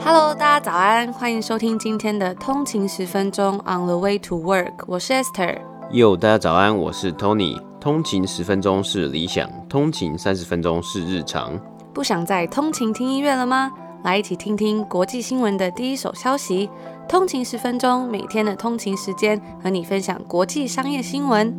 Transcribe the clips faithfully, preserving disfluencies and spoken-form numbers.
Hello， 大家早安，欢迎收听今天的通勤十分钟 On the way to work， 我是 Esther。 哟，大家早安，我是 Tony。通勤十分钟是理想，通勤三十分钟是日常。 不想再通勤听音乐了吗？来一起听听国际新闻的第一手消息。通勤十分钟，每天的通勤时间和你分享国际商业新闻。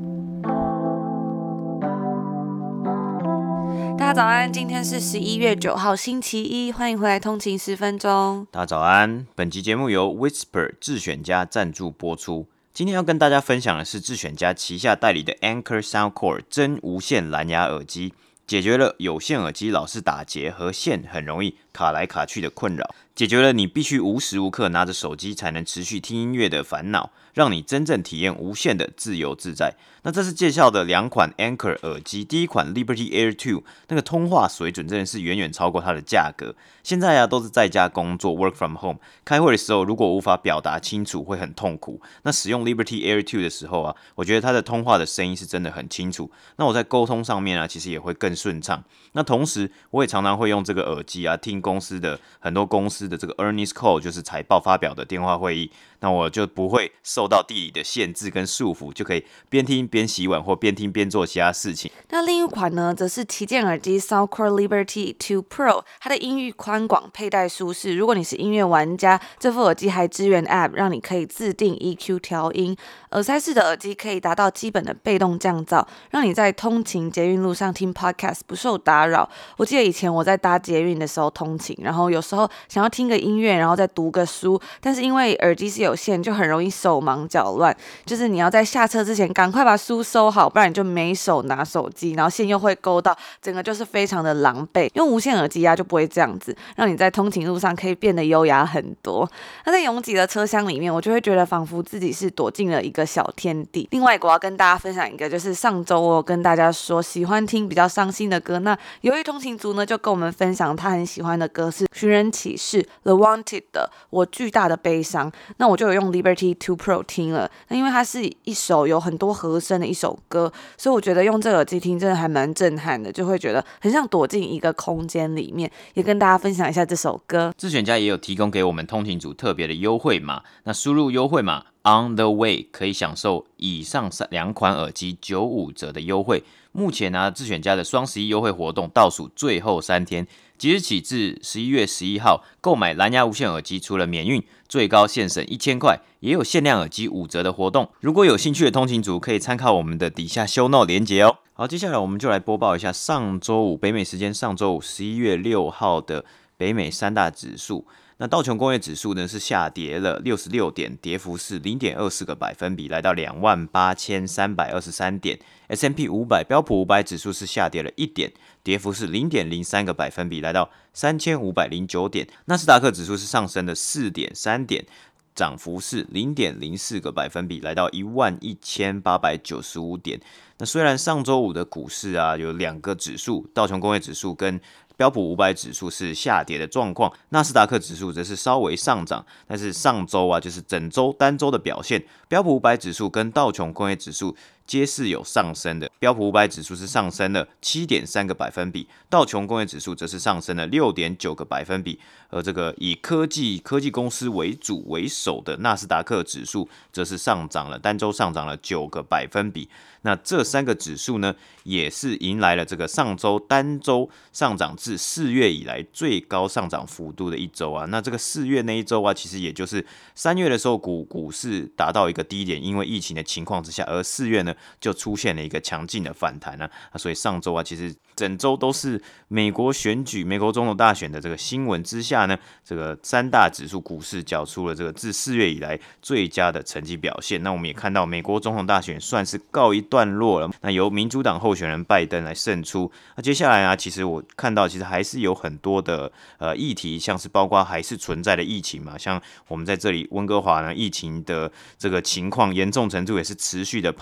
大家早安，今天是十一月九号星期一，欢迎回来通勤十分钟。 大家早安，本集节目由 Whisper 智选家赞助播出。今天要跟大家分享的是智选家旗下代理的 Anker Soundcore 真无线蓝牙耳机，解决了有线耳机老是打结和线很容易卡来卡去的困扰，解决了你必须无时无刻拿着手机才能持续听音乐的烦恼，让你真正体验无线的自由自在。那这次介绍的两款 Anker 耳机，第一款 Liberty Air 二，那个通话水准真的是远远超过它的价格。现在啊都是在家工作 work from home， 开会的时候如果无法表达清楚会很痛苦。那使用 Liberty Air 二的时候啊，我觉得它的通话的声音是真的很清楚。那我在沟通上面啊，其实也会更顺畅。那同时我也常常会用这个耳机啊听公司的很多公司的这个 earnings call， 就是财报发表的电话会议。那我就不会受到地理的限制跟束缚，就可以边听边洗碗或边听边做其他事情。 那另一款呢，则是旗舰耳机 Soundcore Liberty 二 Pro， 它的音域宽广，佩戴舒适。如果你是音乐玩家，这副耳机还支援 App， 让你可以自定 E Q 调音。耳塞式的耳机可以达到基本的被动降噪，让你在通勤捷运路上听 Podcast 不受打扰。我记得以前我在搭捷运的时候通勤，然后有时候想要听个音乐，然后再读个书，但是因为耳机是有线，就很容易手忙脚乱。就是你要在下车之前赶快把书收好，不然你就没手拿手机，然后线又会勾到，整个就是非常的狼狈。用无线耳机啊就不会这样子，让你在通勤路上可以变得优雅很多。那在拥挤的车厢里面，我就会觉得仿佛自己是躲进了一个小天地。另外，我要跟大家分享一个，就是上周我有跟大家说喜欢听比较伤心的歌，那有一通勤族呢就跟我们分享他很喜欢的歌是寻人启事 The Wanted 的我巨大的悲伤。那我就有用 Liberty 二 Pro 听了，那因为它是一首有很多和声的一首歌，所以我觉得用这个耳机听真的还蛮震撼的，就会觉得很像躲进一个空间里面。也跟大家分享一下这首歌。 智选家也有提供给我们通勤族特别的优惠码，那输入优惠码 On the way 可以享受以上两款耳机九五折的优惠。目前呢、啊，智选家的双十一优惠活动倒数最后三天，即日起至十一月十一号，购买蓝牙无线耳机，除了免运，最高现省一千块，也有限量耳机五折的活动。如果有兴趣的通勤族，可以参考我们的底下 show note 连结哦。好，接下来我们就来播报一下上周五北美时间上周五十一月六号的北美三大指数。那道琼工业指数呢是下跌了六十六点，跌幅是 零点二四 个百分比，来到 两万八千三百二十三点。S and P 五百 标普五百指数是下跌了一点，跌幅是 零点零三 个百分比，来到三千五百零九点。纳斯达克指数是上升了 四点三 点，涨幅是 零点零四 个百分比，来到一万一千八百九十五点。那虽然上周五的股市啊有两个指数，道琼工业指数跟标普五百指数是下跌的状况，纳斯达克指数则是稍微上涨。但是上周啊，就是整周单周的表现，标普五百指数跟道琼工业指数皆是有上升的。标普五百指数是上升了 七点三 个百分比，道琼工业指数则是上升了 六点九 个百分比。而这个以科技科技公司为主为首的纳斯达克指数则是上涨了，单周上涨了九个百分比。那这三个指数呢，也是迎来了这个上周单周上涨至四月以来最高上涨幅度的一周啊。那这个四月那一周啊，其实也就是三月的时候股股市达到一个低点，因为疫情的情况之下，而四月呢就出现了一个强劲的反弹啊。所以上周啊，其实整周都是美国选举、美国总统大选的这个新闻之下呢，这个三大指数股市缴出了这个自四月以来最佳的成绩表现。那我们也看到，美国总统大选算是告一段落了，那由民主党候选人拜登来胜出。那接下来啊，其实我看到其实还是有很多的呃议题，像是包括还是存在的疫情嘛，像我们在这里温哥华呢，疫情的这个情况严重程度也是持续的攀升。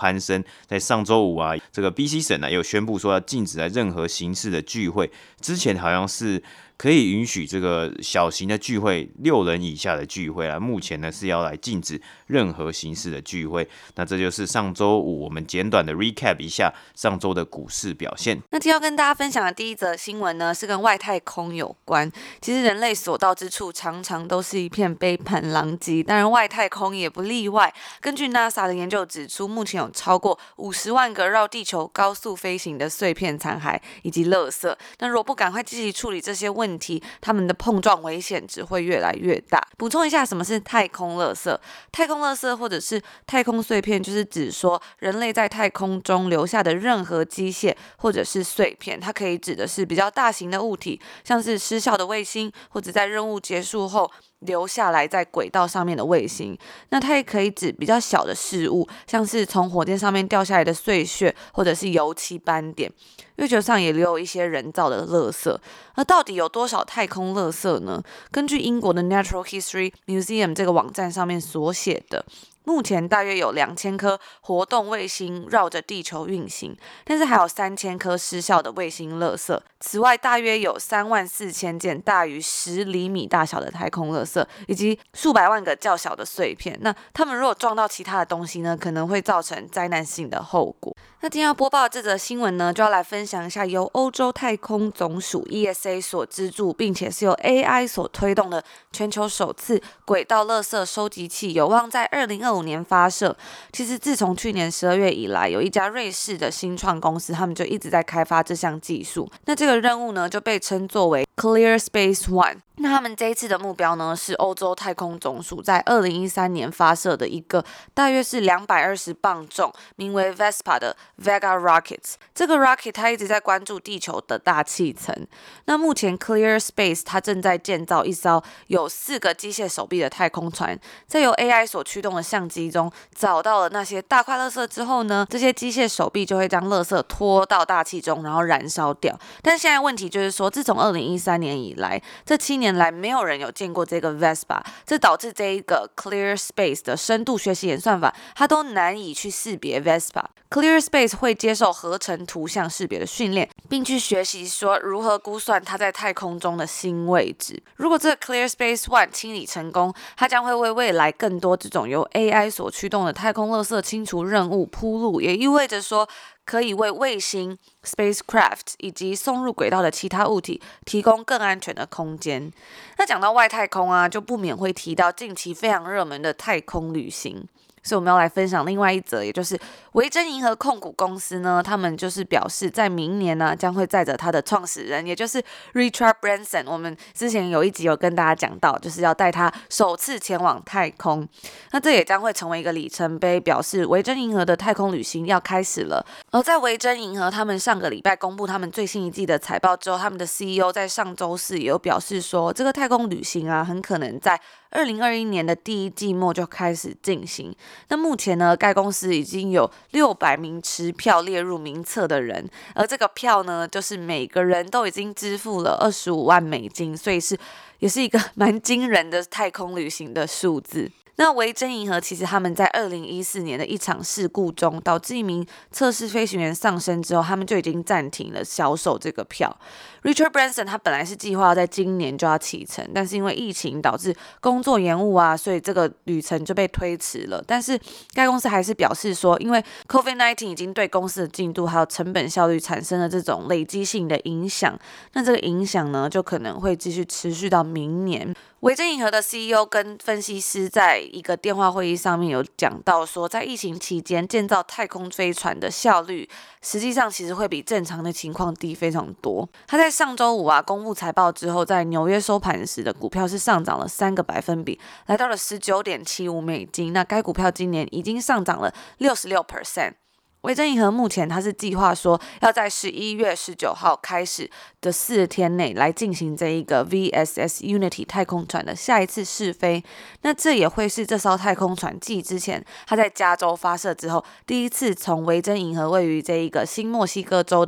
在上周五啊，这个 B C 省呢也有宣布说要禁止在任何形式的聚会，之前好像是可以允许这个小型的聚会，六人以下的聚会啊，目前呢是要来禁止任何形式的聚会。那这就是上周五我们简短的 recap 一下上周的股市表现。 那今天要跟大家分享的第一则新闻呢，是跟外太空有关。其实人类所到之处，常常都是一片杯盘狼藉，当然外太空也不例外。根据 NASA 的研究指出，目前有超过五十万个绕地球高速飞行的碎片残骸以及垃圾。那如果不赶快积极处理这些问题，它们的碰撞危险只会越来越大。补充一下，什么是太空垃圾？太空垃圾或者是太空碎片，就是指说人类在太空中留下的任何机械或者是碎片，它可以指的是比较大型的物体，像是失效的卫星，或者在任务结束后留下来在轨道上面的卫星。那它也可以指比较小的事物，像是从火箭上面掉下来的碎屑，或者是油漆斑点。月球上也留有一些人造的垃圾。那到底有多少太空垃圾呢？根据英国的 Natural History Museum 这个网站上面所写的，目前大约有两千颗活动卫星绕着地球运行，但是还有三千颗失效的卫星垃圾。此外，大约有三万四千件大于十厘米大小的太空垃圾，以及数百万个较小的碎片。那它们如果撞到其他的东西呢，可能会造成灾难性的后果。那今天要播报的这则新闻呢，就要来分享一下由欧洲太空总署 E S A 所资助，并且是由 A I 所推动的全球首次轨道垃圾收集器，有望在二零二五年发射。其实自从去年十二月以来，有一家瑞士的新创公司，他们就一直在开发这项技术。那这个任务呢，就被称作为 Clear Space One。那他们这一次的目标呢，是欧洲太空总署在二零一三年发射的一个大约是两百二十磅重，名为 Vespa 的 Vega Rockets。这个 rocket 它一直在关注地球的大气层。那目前 Clear Space 它正在建造一艘有四个机械手臂的太空船，在由 A I 所驱动的相机中找到了那些大块垃圾之后呢，这些机械手臂就会将垃圾拖到大气中，然后燃烧掉。但现在问题就是说，自从二零一三年以来，这七年来没有人有见过这个 Vespa， 这导致这一个 Clear Space 的深度学习演算法，它都难以去识别 Vespa。Clear Space 会接受合成图像识别的训练，并去学习说如何估算它在太空中的新位置。如果这个 Clear Space One 清理成功，它将会为未来更多这种由 A I 所驱动的太空垃圾清除任务铺路，也意味着说可以为卫星 spacecraft 以及送入轨道的其他物体提供更安全的空间。那讲到外太空啊，就不免会提到近期非常热门的太空旅行。所以我们要来分享另外一则，也就是维珍银河控股公司呢，他们就是表示在明年呢将会载着他的创始人，也就是 Richard Branson， 我们之前有一集有跟大家讲到，就是要带他首次前往太空。那这也将会成为一个里程碑，表示维珍银河的太空旅行要开始了。而在维珍银河他们上个礼拜公布他们最新一季的财报之后，他们的 C E O 在上周四也有表示说，这个太空旅行啊，很可能在二零二一年的第一季末就开始进行。那目前呢，该公司已经有六百名持票列入名册的人，而这个票呢，就是每个人都已经支付了二十五万美金，所以是也是一个蛮惊人的太空旅行的数字。那维珍银河其实他们在二零一四年的一场事故中，导致一名测试飞行员丧生之后，他们就已经暂停了销售这个票。Richard Branson 他本来是计划在今年就要启程，但是因为疫情导致工作延误啊，所以这个旅程就被推迟了。但是该公司还是表示说，因为 COVID 十九 已经对公司的进度还有成本效率产生了这种累积性的影响，那这个影响呢，就可能会继续持续到明年。维珍银河的 C E O 跟分析师在一个电话会议上面有讲到说，在疫情期间建造太空飞船的效率，实际上其实会比正常的情况低非常多。他在上周五啊公布财报之后，在纽约收盘时的股票是上涨了三个百分比，来到了 十九点七五美金。那该股票今年已经上涨了 百分之六十六。维珍银河目前它是计划说要在十一月十九号开始的四天内来进行这一个 V S S Unity 太空船的下一次试飞。那这也会是这艘太空船继之前它在加州发射之后，第一次从维珍银河位于这一个新墨西哥州的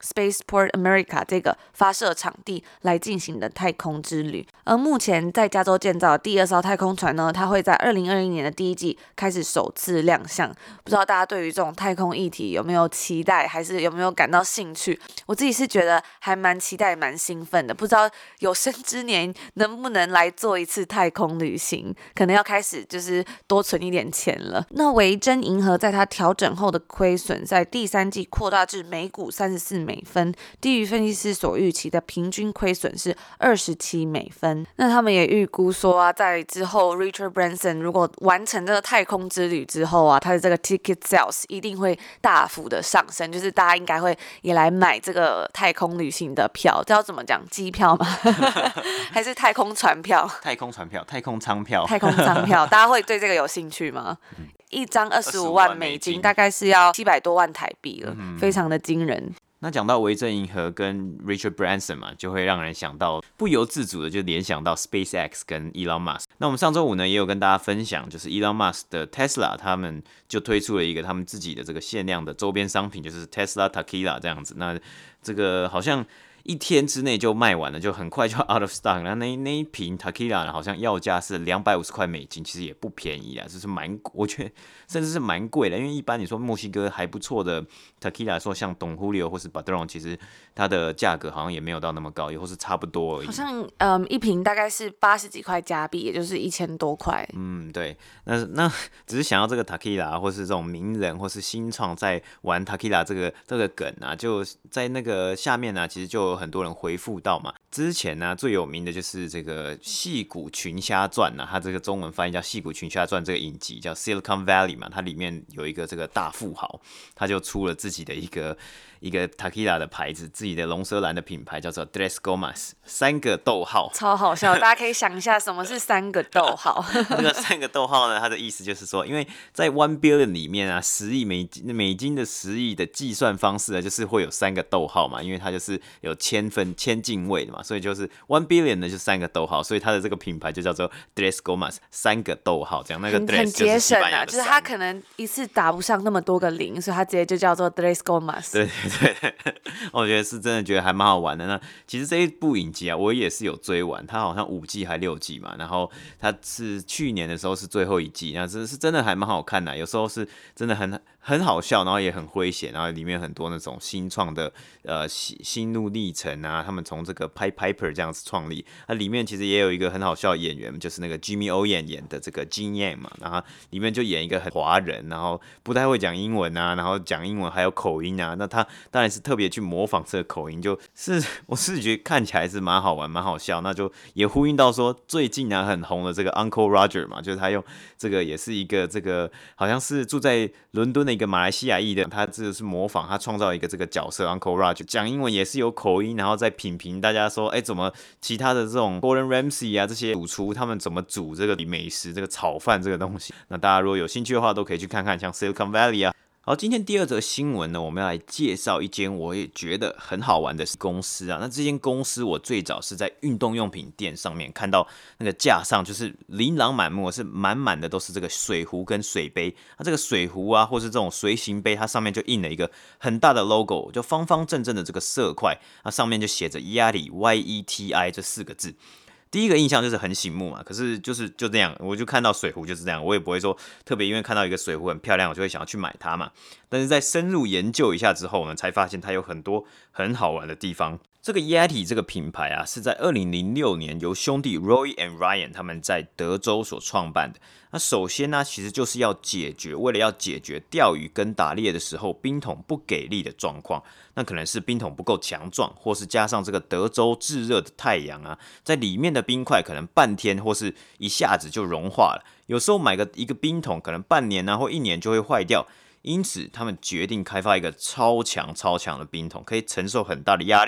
Spaceport America 这个发射场地来进行的太空之旅。而目前在加州建造的第二艘太空船呢，它会在二零二一年的第一季开始首次亮相。不知道大家对于这种太空议题有没有期待，还是有没有感到兴趣？我自己是觉得还蛮期待蛮兴奋的，不知道有生之年能不能来做一次太空旅行，可能要开始就是多存一点钱了。那维珍银河在它调整后的亏损在第三季扩大至每股三十四美分，低于分析师所预期的平均亏损是二十七美分。那他们也预估说啊，在之后 Richard Branson 如果完成这个太空之旅之后啊，他的这个 ticket sales 一定会大幅的上升，就是大家应该会也来买这个太空旅行的票，这要怎么讲？机票吗？还是太空船票？ 太空船票、太空舱票、 太空舱票，大家会对这个有兴趣吗？嗯、一张二十五万美金，大概是要七百多万台币了，嗯、非常的惊人。 那讲到维珍银河跟 Richard Branson 嘛，就会让人想到不由自主的就联想到 SpaceX 跟 Elon Musk。那我们上周五呢也有跟大家分享，就是 Elon Musk 的 Tesla 他们就推出了一个他们自己的这个限量的周边商品，就是 Tesla Tequila 这样子。那这个好像一天之内就卖完了，就很快就 out of stock。然后那那一瓶 Tequila 好像要价是两百五十块美金，其实也不便宜啊，就是蛮，我觉得甚至是蛮贵的。因为一般你说墨西哥还不错的 Tequila， 说像 Don Julio 或是 Padron， 其实它的价格好像也没有到那么高，也或是差不多而已。 好像嗯一瓶大概是八十几块加币，也就是一千多块。 嗯，对。那那只是想要这个 Tequila 或是这种名人或是新创在玩 Tequila 这个这个梗啊，就在那个下面呢、啊，其实就有很多人回复到嘛。之前呢、啊、最有名的就是这个《矽谷群侠传》啊，它这个中文翻译叫《矽谷群侠传》这个影集叫 Silicon Valley 嘛，它里面有一个这个大富豪，他就出了自己的一个一个 Tequila 的牌子，自己的龙舌兰的品牌叫做 Tres Gomas， 三个逗号， 超好笑，大家可以想一下什么是三个逗号。 这个三个逗号呢，它的意思就是说，因为在 one billion 里面啊，十亿美金美金的十亿的计算方式呢，就是会有三个逗号嘛，因为它就是有千分千进位的嘛，所以就是 one billion 呢就三个逗号，所以它的这个品牌就叫做 Tres Gomas， 三个逗号这样。那个 Tres 很节省啊， 就是它可能一次打不上那么多个零，所以它直接就叫做 Tres Gomas。 对对对，我觉得是真的觉得还蛮好玩的。那其实这一部影集啊，我也是有追完，它好像五季还六季嘛，然后它是去年的时候是最后一季，那这是真的还蛮好看的，有时候是真的很很好笑，然后也很诙谐，然后里面很多那种新创的呃心路历程啊，他们从这个 Pied Piper 这样子创立，那里面其实也有一个很好笑的演员，就是那个 Jimmy O 演演的这个 Jin Yang 嘛，然后里面就演一个很华人，然后不太会讲英文啊，然后讲英文还有口音啊，那他当然是特别去模仿这个口音，就是我是觉得看起来是蛮好玩蛮好笑，那就也呼应到说最近啊很红的这个 Uncle Roger 嘛，就是他用这个也是一个这个好像是住在伦敦的一个马来西亚裔的，他这是模仿他创造一个这个角色 Uncle Roger， 讲英文也是有口音，然后再品评大家说，哎，怎么其他的这种 Gordon Ramsay 啊这些主厨他们怎么煮这个美食这个炒饭这个东西，那大家如果有兴趣的话，都可以去看看，像 Silicon Valley 啊。好，今天第二则新闻呢，我们要来介绍一间我也觉得很好玩的公司啊。那这间公司我最早是在运动用品店上面看到，那个架上就是琳琅满目，是满满的都是这个水壶跟水杯。那这个水壶啊，或是这种随行杯，它上面就印了一个很大的 logo， 就方方正正的这个色块，那上面就写着 Yeti Y E T I 这四个字。第一个印象就是很醒目嘛，可是就是就这样，我就看到水壶就是这样，我也不会说特别因为看到一个水壶很漂亮，我就会想要去买它嘛。但是在深入研究一下之后呢，才发现它有很多很好玩的地方。这个 Yeti 这个品牌啊，是在二零零六年由兄弟 Roy and Ryan 他们在德州所创办的。那首先呢、啊，其实就是要解决，为了要解决钓鱼跟打猎的时候冰桶不给力的状况。那可能是冰桶不够强壮，或是加上这个德州炙热的太阳啊，在里面的冰块可能半天或是一下子就融化了。有时候买个一个冰桶，可能半年啊或一年就会坏掉。因此，他们决定开发一个超强超强的冰桶，可以承受很大的压力，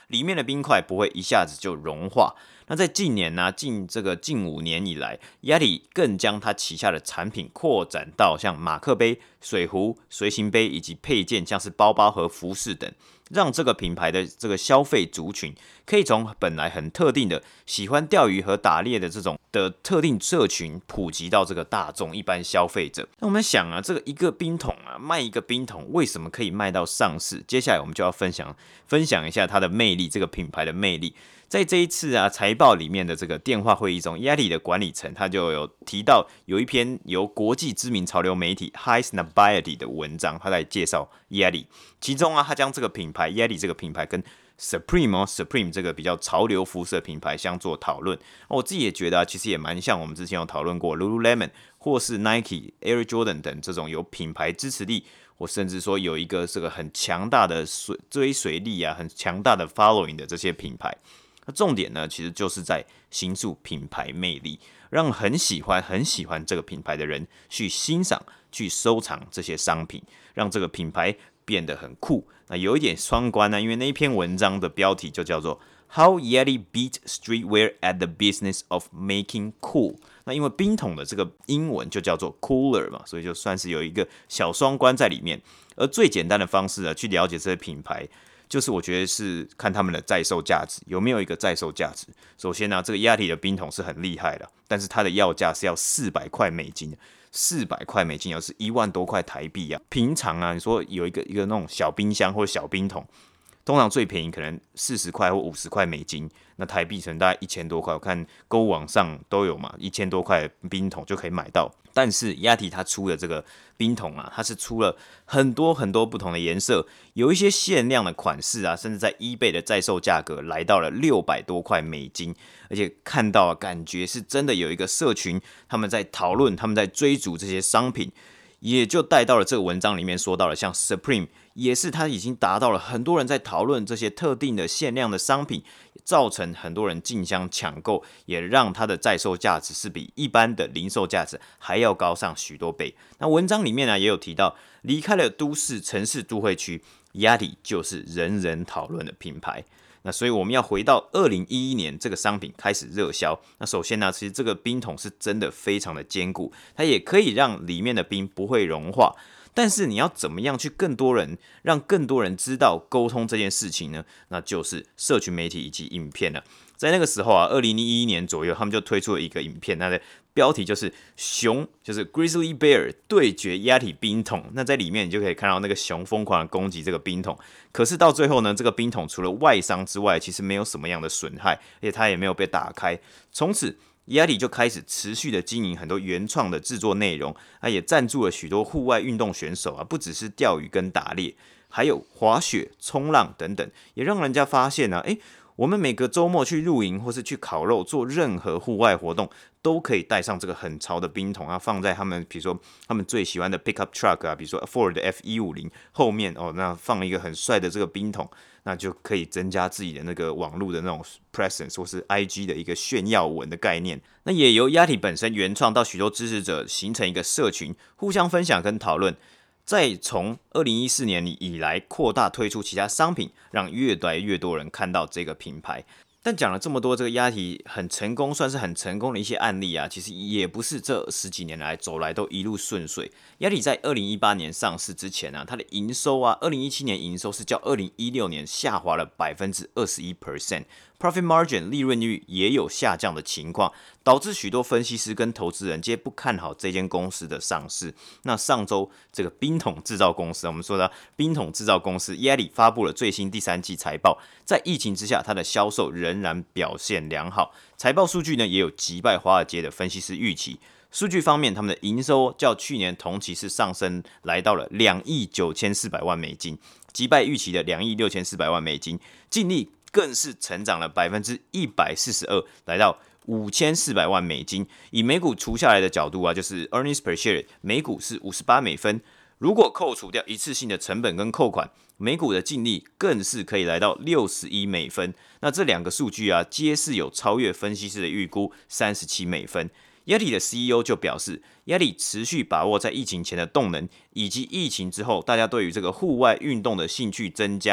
里面的冰块不会一下子就融化。那在近年呢、啊，近这个近五年以来，Yeti更将它旗下的产品扩展到像马克杯、水壶、随行杯以及配件，像是包包和服饰等，让这个品牌的这个消费族群可以从本来很特定的喜欢钓鱼和打猎的这种的特定社群，普及到这个大众一般消费者。那我们想啊，这个一个冰桶啊，卖一个冰桶，为什么可以卖到上市？接下来我们就要分享分享一下它的魅力，这个品牌的魅力。在这一次啊财报里面的这个电话会议中 ，Yeti 的管理层他就有提到有一篇由国际知名潮流媒体 Highsnobiety 的文章，他在介绍 Yeti， 其中啊他将这个品牌 Yeti 这个品牌跟 Supreme 哦 Supreme 这个比较潮流服饰的品牌相做讨论。我自己也觉得啊，其实也蛮像我们之前有讨论过 Lululemon 或是 Nike、Air Jordan 等这种有品牌支持力，或甚至说有一个这个很强大的追随力啊，很强大的 following 的这些品牌。那重点呢，其实就是在形塑品牌魅力，让很喜欢、很喜欢这个品牌的人去欣赏、去收藏这些商品，让这个品牌变得很酷。那有一点双关呢，因为那一篇文章的标题就叫做 How Yeti Beat Streetwear at the Business of Making Cool。那因为冰桶的这个英文就叫做 Cooler 嘛，所以就算是有一个小双关在里面。而最简单的方式呢，去了解这些品牌，就是我觉得是看他们的在售价值有没有一个在售价值。首先呢、啊，这个 Yeti 的冰桶是很厉害的，但是它的要价是要四百块美金，四百块美金，而是一万多块台币啊。平常啊，你说有一个一个那种小冰箱或者小冰桶，通常最便宜可能四十块或五十块美金，那台币可能大概一千多块。我看购物网上都有嘛，一千多块的冰桶就可以买到。但是 Yeti 它出的这个冰桶啊，它是出了很多很多不同的颜色，有一些限量的款式啊，甚至在 eBay 的在售价格来到了六百多块美金。而且看到、啊、感觉是真的有一个社群，他们在讨论，他们在追逐这些商品。也就带到了这个文章里面说到了，像 Supreme 也是它已经达到了很多人在讨论这些特定的限量的商品，造成很多人竞相抢购，也让它的在售价值是比一般的零售价值还要高上许多倍。那文章里面呢也有提到，离开了都市城市都会区 ，Yeti 就是人人讨论的品牌。那所以我们要回到二零一一年，这个商品开始热销。那首先呢，其实这个冰桶是真的非常的坚固，它也可以让里面的冰不会融化。但是你要怎么样去更多人让更多人知道沟通这件事情呢？那就是社群媒体以及影片了。在那个时候啊，二零一一年左右，他们就推出了一个影片，它的标题就是熊，就是 Grizzly Bear 对决 Yeti 冰桶。那在里面你就可以看到那个熊疯狂的攻击这个冰桶，可是到最后呢，这个冰桶除了外伤之外，其实没有什么样的损害，而且它也没有被打开。从此Yeti 就开始持续的经营很多原创的制作内容，啊，也赞助了许多户外运动选手啊，不只是钓鱼跟打猎，还有滑雪、冲浪等等，也让人家发现啊，诶，我们每个周末去露营或是去烤肉，做任何户外活动，都可以带上这个很潮的冰桶啊，放在他们比如说他们最喜欢的 pickup truck 啊，比如说 Ford 的 F 一五零 后面哦，那放一个很帅的这个冰桶，那就可以增加自己的那个网络的那种 presence 或是 I G 的一个炫耀文的概念。那也由 Yeti 本身原创到许多支持者形成一个社群，互相分享跟讨论。再从二零一四年以来扩大推出其他商品，让越来越多人看到这个品牌。但讲了这么多，这个Yeti很成功，算是很成功的一些案例啊，其实也不是这十几年来走来都一路顺遂。Yeti在二零一八年上市之前啊，它的营收啊，二零一七年营收是较二零一六年下滑了百分之二十一 percent。Profit margin 利润率也有下降的情况，导致许多分析师跟投资人皆不看好这间公司的上市。那上周这个冰桶制造公司，我们说的冰桶制造公司 Yeti 发布了最新第三季财报，在疫情之下，它的销售仍然表现良好。财报数据呢，也有击败华尔街的分析师预期。数据方面，他们的营收较去年同期是上升，来到了两亿九千四百万美金，击败预期的两亿六千四百万美金。净利更是成长了百分之一百四十二，来到五千四百万美金。以每股除下来的角度啊，就是 earnings per share 每股是五十八美分。如果扣除掉一次性的成本跟扣款，每股的净利更是可以来到六十一美分。那这两个数据啊，皆是有超越分析师的预估三十七美分。Yeti 的 C E O 就表示 ，Yeti 持续把握在疫情前的动能，以及疫情之后大家对于这个户外运动的兴趣增加。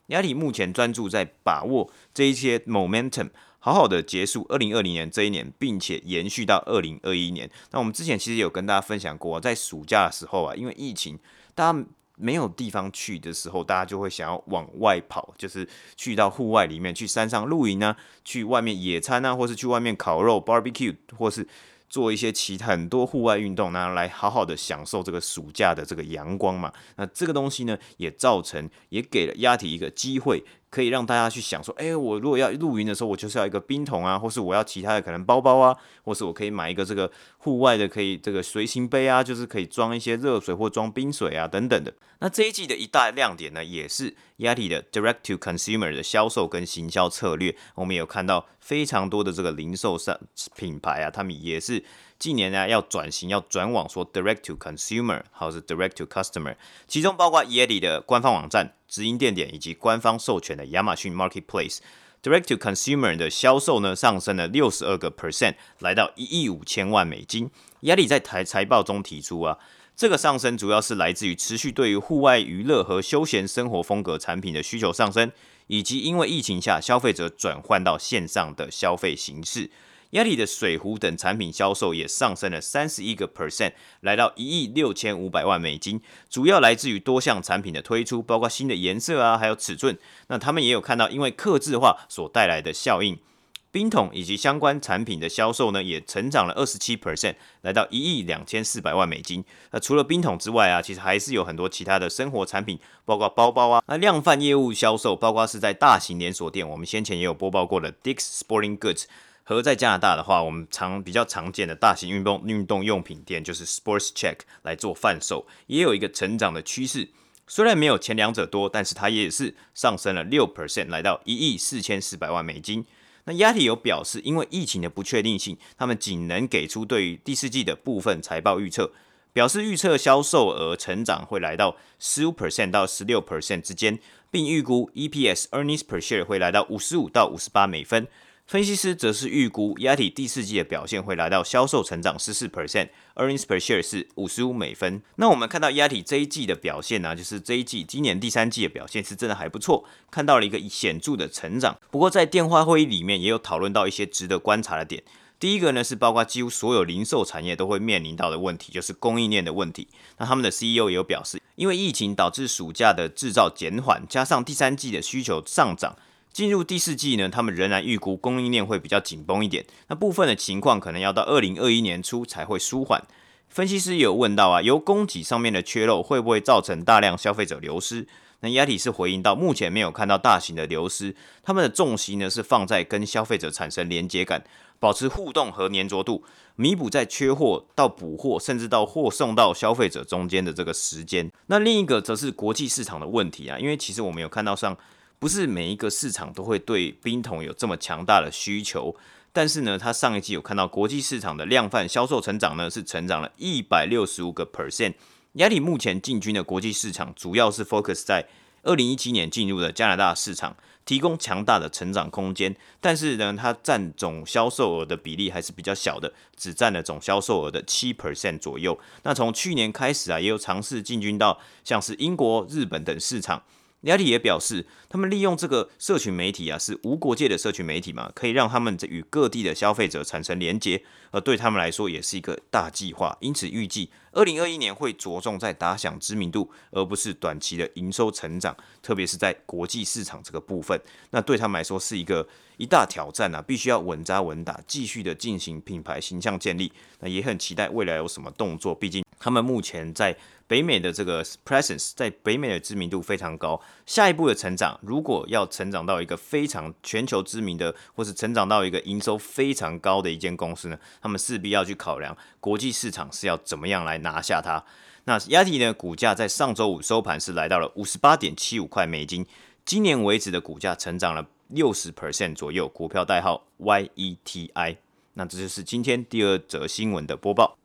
雅体目前专注在把握这一些 momentum， 好好的结束二零二零年这一年，并且延续到二零二一年。那我们之前其实有跟大家分享过，在暑假的时候啊，因为疫情，大家没有地方去的时候，大家就会想要往外跑，就是去到户外里面，去山上露营啊，去外面野餐啊，或是去外面烤肉 barbecue， 或是做一些其他很多户外运动，然后来好好的享受这个暑假的这个阳光嘛。那这个东西呢，也造成也给了雅体一个机会，可以让大家去想说，哎、欸，我如果要露营的时候，我就是要一个冰桶啊，或是我要其他的可能包包啊，或是我可以买一个这个户外的可以这个随行杯啊，就是可以装一些热水或装冰水啊等等的。那这一季的一大亮点呢，也是雅体的 Direct to Consumer 的销售跟行销策略。我们也有看到非常多的这个零售商品牌啊，他们也是近年呢要转型，要转往说 Direct to Consumer， 或是 Direct to Customer， 其中包括雅体的官方网站、直营店点以及官方授权的亚马逊 Marketplace。Direct to Consumer 的销售呢上升了 百分之六十二， 来到一亿五千万美金。雅体在台财报中提出啊，这个上升主要是来自于持续对于户外娱乐和休闲生活风格产品的需求上升，以及因为疫情下消费者转换到线上的消费形式。雅体的水壶等产品销售也上升了 百分之三十一， 来到一亿六千五百万美金，主要来自于多项产品的推出，包括新的颜色啊，还有尺寸。那他们也有看到因为客制化所带来的效应，冰桶以及相关产品的销售呢，也成长了 百分之二十七， 来到一亿两千四百万美金。那除了冰桶之外啊，其实还是有很多其他的生活产品，包括包包啊。那量贩业务销售，包括是在大型连锁店，我们先前也有播报过的 Dick's Sporting Goods。和在加拿大的话，我们常比较常见的大型运动运动用品店就是 Sports Check 来做贩售，也有一个成长的趋势。虽然没有前两者多，但是它也是上升了 百分之六， 来到一亿四千四百万美金。那雅体有表示，因为疫情的不确定性，他们仅能给出对于第四季的部分财报预测，表示预测销售额成长会来到 百分之十五 到 百分之十六 之间，并预估 E P S earnings per share 会来到五十五到五十八美分。分析师则是预估雅体第四季的表现会来到销售成长 百分之十四 earnings per share 是五十五美分。那我们看到雅体这一季的表现呢、啊，就是这一季今年第三季的表现是真的还不错，看到了一个显著的成长。不过在电话会议里面也有讨论到一些值得观察的点。第一个呢是包括几乎所有零售产业都会面临到的问题，就是供应链的问题。那他们的 C E O 也有表示，因为疫情导致暑假的制造减缓，加上第三季的需求上涨。进入第四季呢，他们仍然预估供应链会比较紧绷一点，那部分的情况可能要到二零二一年初才会舒缓。分析师也有问到啊，由供给上面的缺漏会不会造成大量消费者流失？那雅体是回应到，目前没有看到大型的流失，他们的重心呢是放在跟消费者产生连结感，保持互动和粘着度，弥补在缺货到补货，甚至到货送到消费者中间的这个时间。那另一个则是国际市场的问题啊，因为其实我们有看到上。不是每一个市场都会对冰桶有这么强大的需求，但是呢，它上一季有看到国际市场的量贩销售成长呢是成长了 百分之一百六十五。雅体目前进军的国际市场主要是 focus 在二零一七年进入的加拿大市场，提供强大的成长空间，但是呢，它占总销售额的比例还是比较小的，只占了总销售额的 百分之七 左右。那从去年开始啊，也有尝试进军到像是英国、日本等市场。雅体也表示，他们利用这个社群媒体啊，是无国界的社群媒体嘛，可以让他们与各地的消费者产生连结，而对他们来说也是一个大计划。因此预计二零二一年会着重在打响知名度，而不是短期的营收成长，特别是在国际市场这个部分。那对他们来说是一个一大挑战啊，必须要稳扎稳打，继续的进行品牌形象建立。那也很期待未来有什么动作，毕竟他们目前在北美的这个 presence， 在北美的知名度非常高。下一步的成长，如果要成长到一个非常全球知名的，或是成长到一个营收非常高的一间公司呢，他们势必要去考量国际市场是要怎么样来拿下它。那雅体呢，股价在上周五收盘是来到了 五十八点七五块美金，今年为止的股价成长了 百分之六十 左右，股票代号 Y E T I。那这就是今天第二则新闻的播报。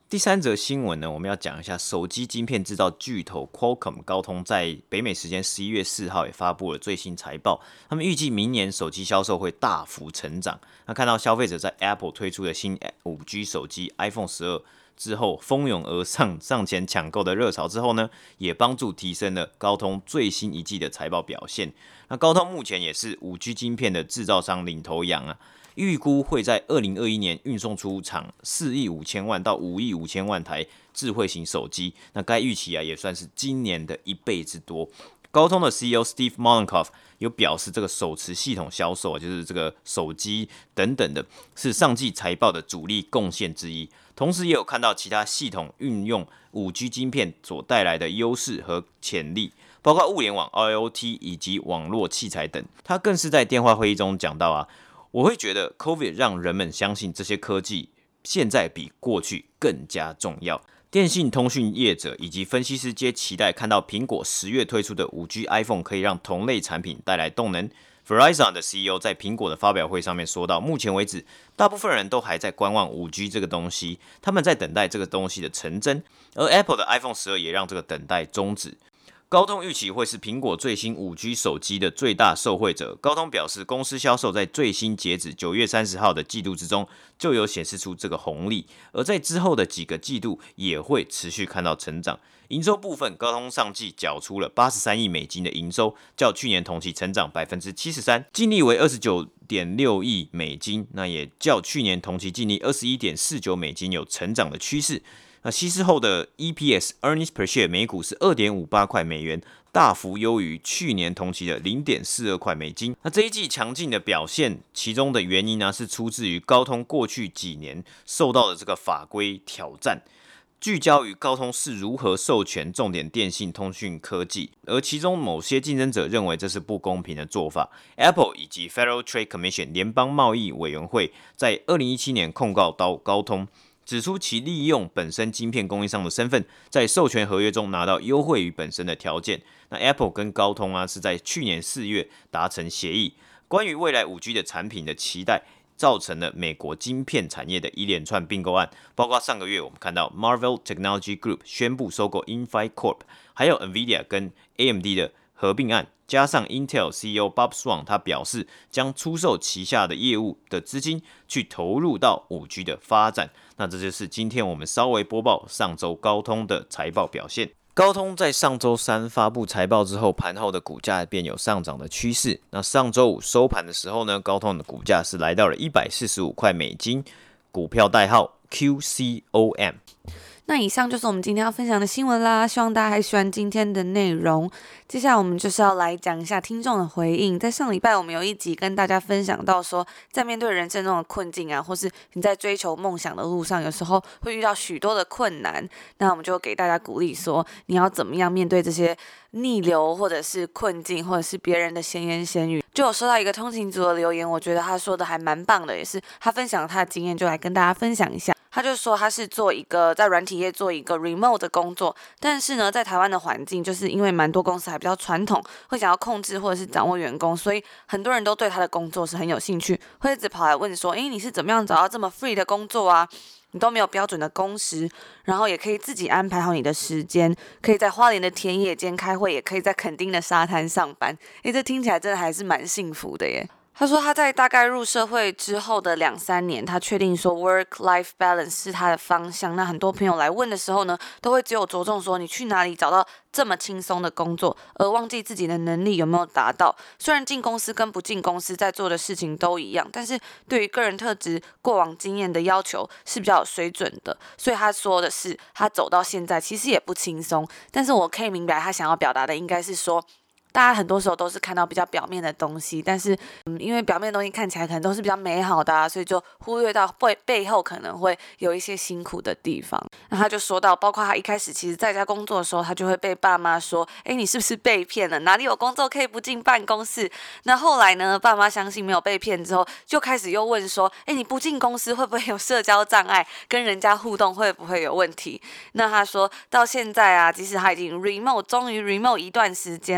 第三则新闻呢，我们要讲一下手机晶片制造巨头 Qualcomm 高通在北美时间十一月四号也发布了最新财报，他们预计明年手机销售会大幅成长。那看到消费者在 Apple 推出的新 五 G 手机 iPhone 十二之后蜂拥而上上前抢购的热潮之后呢，也帮助提升了高通最新一季的财报表现。那高通目前也是 五 G 晶片的制造商领头羊啊。预估会在二零二一年运送出厂四亿五千万到五亿五千万台智慧型手机，那该预期啊也算是今年的一倍之多。高通的 C E O Steve Mollenkopf 有表示，这个手持系统销售啊，就是这个手机等等的，是上季财报的主力贡献之一。同时也有看到其他系统运用 五 G 晶片所带来的优势和潜力，包括物联网 I O T 以及网络器材等。他更是在电话会议中讲到啊。我会觉得 COVID 让人们相信这些科技现在比过去更加重要。电信通讯业者以及分析师皆期待看到苹果十月推出的 五 G iPhone 可以让同类产品带来动能。Verizon 的 C E O 在苹果的发表会上面说到，目前为止，大部分人都还在观望 五 G 这个东西，他们在等待这个东西的成真，而 Apple 的 iPhone 十二也让这个等待终止。高通预期会是苹果最新 五 G 手机的最大受惠者。高通表示，公司销售在最新截止九月三十号的季度之中就有显示出这个红利，而在之后的几个季度也会持续看到成长。营收部分，高通上季缴出了八十三亿美金的营收，较去年同期成长 百分之七十三， 净利为二十九点六亿美金，那也较去年同期净利 二十一点四九美金有成长的趋势。那稀释后的 E P S earnings per share 每股是 二点五八块美元，大幅优于去年同期的 零点四二块美金。那这一季强劲的表现，其中的原因呢是出自于高通过去几年受到的这个法规挑战，聚焦于高通是如何授权重点电信通讯科技，而其中某些竞争者认为这是不公平的做法。Apple 以及 Federal Trade Commission 联邦贸易委员会在二零一七年控告到高通，指出其利用本身晶片供应商的身份，在授权合约中拿到优惠于本身的条件。那 Apple 跟高通啊是在去年四月达成协议，关于未来 五 G 的产品的期待，造成了美国晶片产业的一连串并购案，包括上个月我们看到 Marvell Technology Group 宣布收购 Inphi Corp， 还有 Nvidia 跟 A M D 的合并案，加上 Intel C E O Bob Swan 他表示将出售旗下的业务的资金去投入到 五 G 的发展。那这就是今天我们稍微播报上周高通的财报表现。高通在上周三发布财报之后，盘后的股价便有上涨的趋势。那上周五收盘的时候呢，高通的股价是来到了一百四十五块美金，股票代号 Q C O M。 那以上就是我们今天要分享的新闻啦，希望大家还喜欢今天的内容。接下来我们就是要来讲一下听众的回应。在上礼拜我们有一集跟大家分享到说，在面对人生中的困境啊，或是你在追求梦想的路上，有时候会遇到许多的困难，那我们就给大家鼓励说，你要怎么样面对这些逆流或者是困境，或者是别人的闲言闲语。就有收到一个通勤族的留言，我觉得他说的还蛮棒的，也是他分享他的经验，就来跟大家分享一下。他就说他是做一个在软体业做一个 remote 的工作，但是呢，在台湾的环境，就是因为蛮多公司还比较传统，会想要控制或者是掌握员工，所以很多人都对他的工作是很有兴趣，会一直跑来问说，诶，你是怎么样找到这么 free 的工作啊？你都没有标准的工时，然后也可以自己安排好你的时间，可以在花莲的田野间开会，也可以在垦丁的沙滩上班。诶，这听起来真的还是蛮幸福的耶。他说他在大概入社会之后的两三年，他确定说 work-life balance 是他的方向。那很多朋友来问的时候呢，都会只有着重说你去哪里找到这么轻松的工作，而忘记自己的能力有没有达到。虽然进公司跟不进公司在做的事情都一样，但是对于个人特质、过往经验的要求是比较有水准的。所以他说的是，他走到现在其实也不轻松，但是我可以明白他想要表达的应该是说，大家很多时候都是看到比较表面的东西，但是嗯，因为表面的东西看起来可能都是比较美好的啊，所以就忽略到背背后可能会有一些辛苦的地方。那他就说到，包括他一开始其实在家工作的时候，他就会被爸妈说，哎，你是不是被骗了？哪里有工作可以不进办公室？那后来呢，爸妈相信没有被骗之后，就开始又问说，哎，你不进公司会不会有社交障碍？跟人家互动会不会有问题？那他说到现在啊，即使他已经 remote 终于 remote 一段时间了，他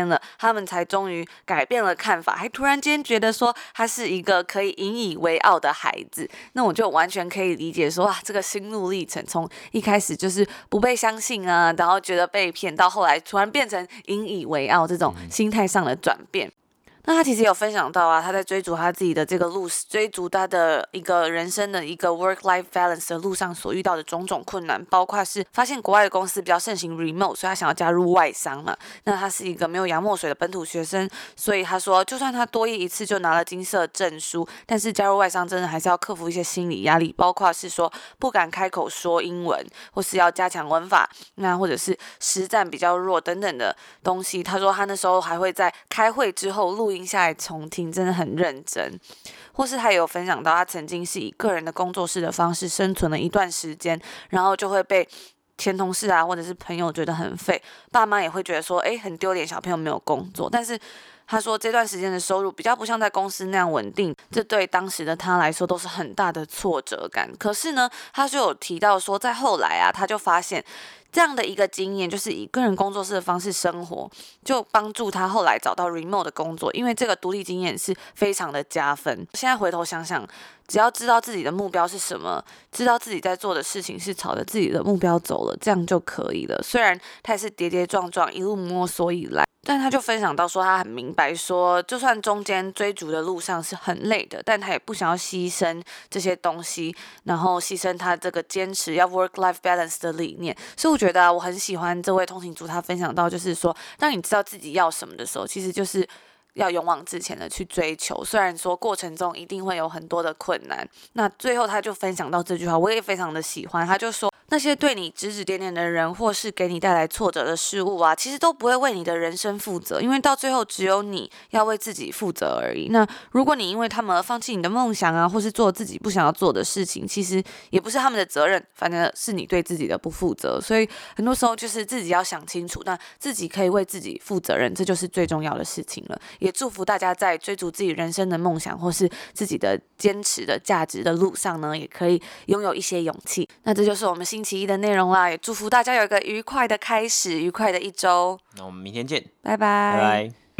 他们才终于改变了看法，还突然间觉得说他是一个可以引以为傲的孩子。那我就完全可以理解说，哇，这个心路历程从一开始就是不被相信啊，然后觉得被骗，到后来突然变成引以为傲，这种心态上的转变。那他其实有分享到啊，他在追逐他自己的这个路，追逐他的一个人生的一个 work-life balance 的路上所遇到的种种困难，包括是发现国外的公司比较盛行 remote， 所以他想要加入外商嘛。那他是一个没有洋墨水的本土学生，所以他说，就算他多益一次就拿了金色证书，但是加入外商真的还是要克服一些心理压力，包括是说不敢开口说英文，或是要加强文法，那或者是实战比较弱等等的东西。他说他那时候还会在开会之后录音下来重听，真的很认真。或是他也有分享到，他曾经是以个人的工作室的方式生存了一段时间，然后就会被前同事啊或者是朋友觉得很废，爸妈也会觉得说，哎，很丢脸，小朋友没有工作。但是他说这段时间的收入比较不像在公司那样稳定，这对当时的他来说都是很大的挫折感。可是呢，他就有提到说，在后来啊，他就发现这样的一个经验，就是以个人工作室的方式生活，就帮助他后来找到 remote 的工作，因为这个独立经验是非常的加分。现在回头想想，只要知道自己的目标是什么，知道自己在做的事情是朝着自己的目标走了，这样就可以了。虽然他也是跌跌撞撞一路摸索以来，但他就分享到说，他很明白说，就算中间追逐的路上是很累的，但他也不想要牺牲这些东西，然后牺牲他这个坚持要 work-life balance 的理念。所以我觉得啊，我很喜欢这位通勤族他分享到，就是说，当你知道自己要什么的时候，其实就是要勇往直前的去追求，虽然说过程中一定会有很多的困难。那最后他就分享到这句话，我也非常的喜欢，他就说，那些对你指指点点的人，或是给你带来挫折的事物啊，其实都不会为你的人生负责，因为到最后只有你要为自己负责而已。那如果你因为他们而放弃你的梦想啊，或是做自己不想要做的事情，其实也不是他们的责任，反正是你对自己的不负责。所以很多时候就是自己要想清楚，那自己可以为自己负责任，这就是最重要的事情了。也祝福大家在追逐自己人生的梦想，或是自己的坚持的价值的路上呢，也可以拥有一些勇气。那这就是我们星期一的内容啦，也祝福大家有一个愉快的开始，愉快的一周。 那我们明天见， 拜拜。 拜拜。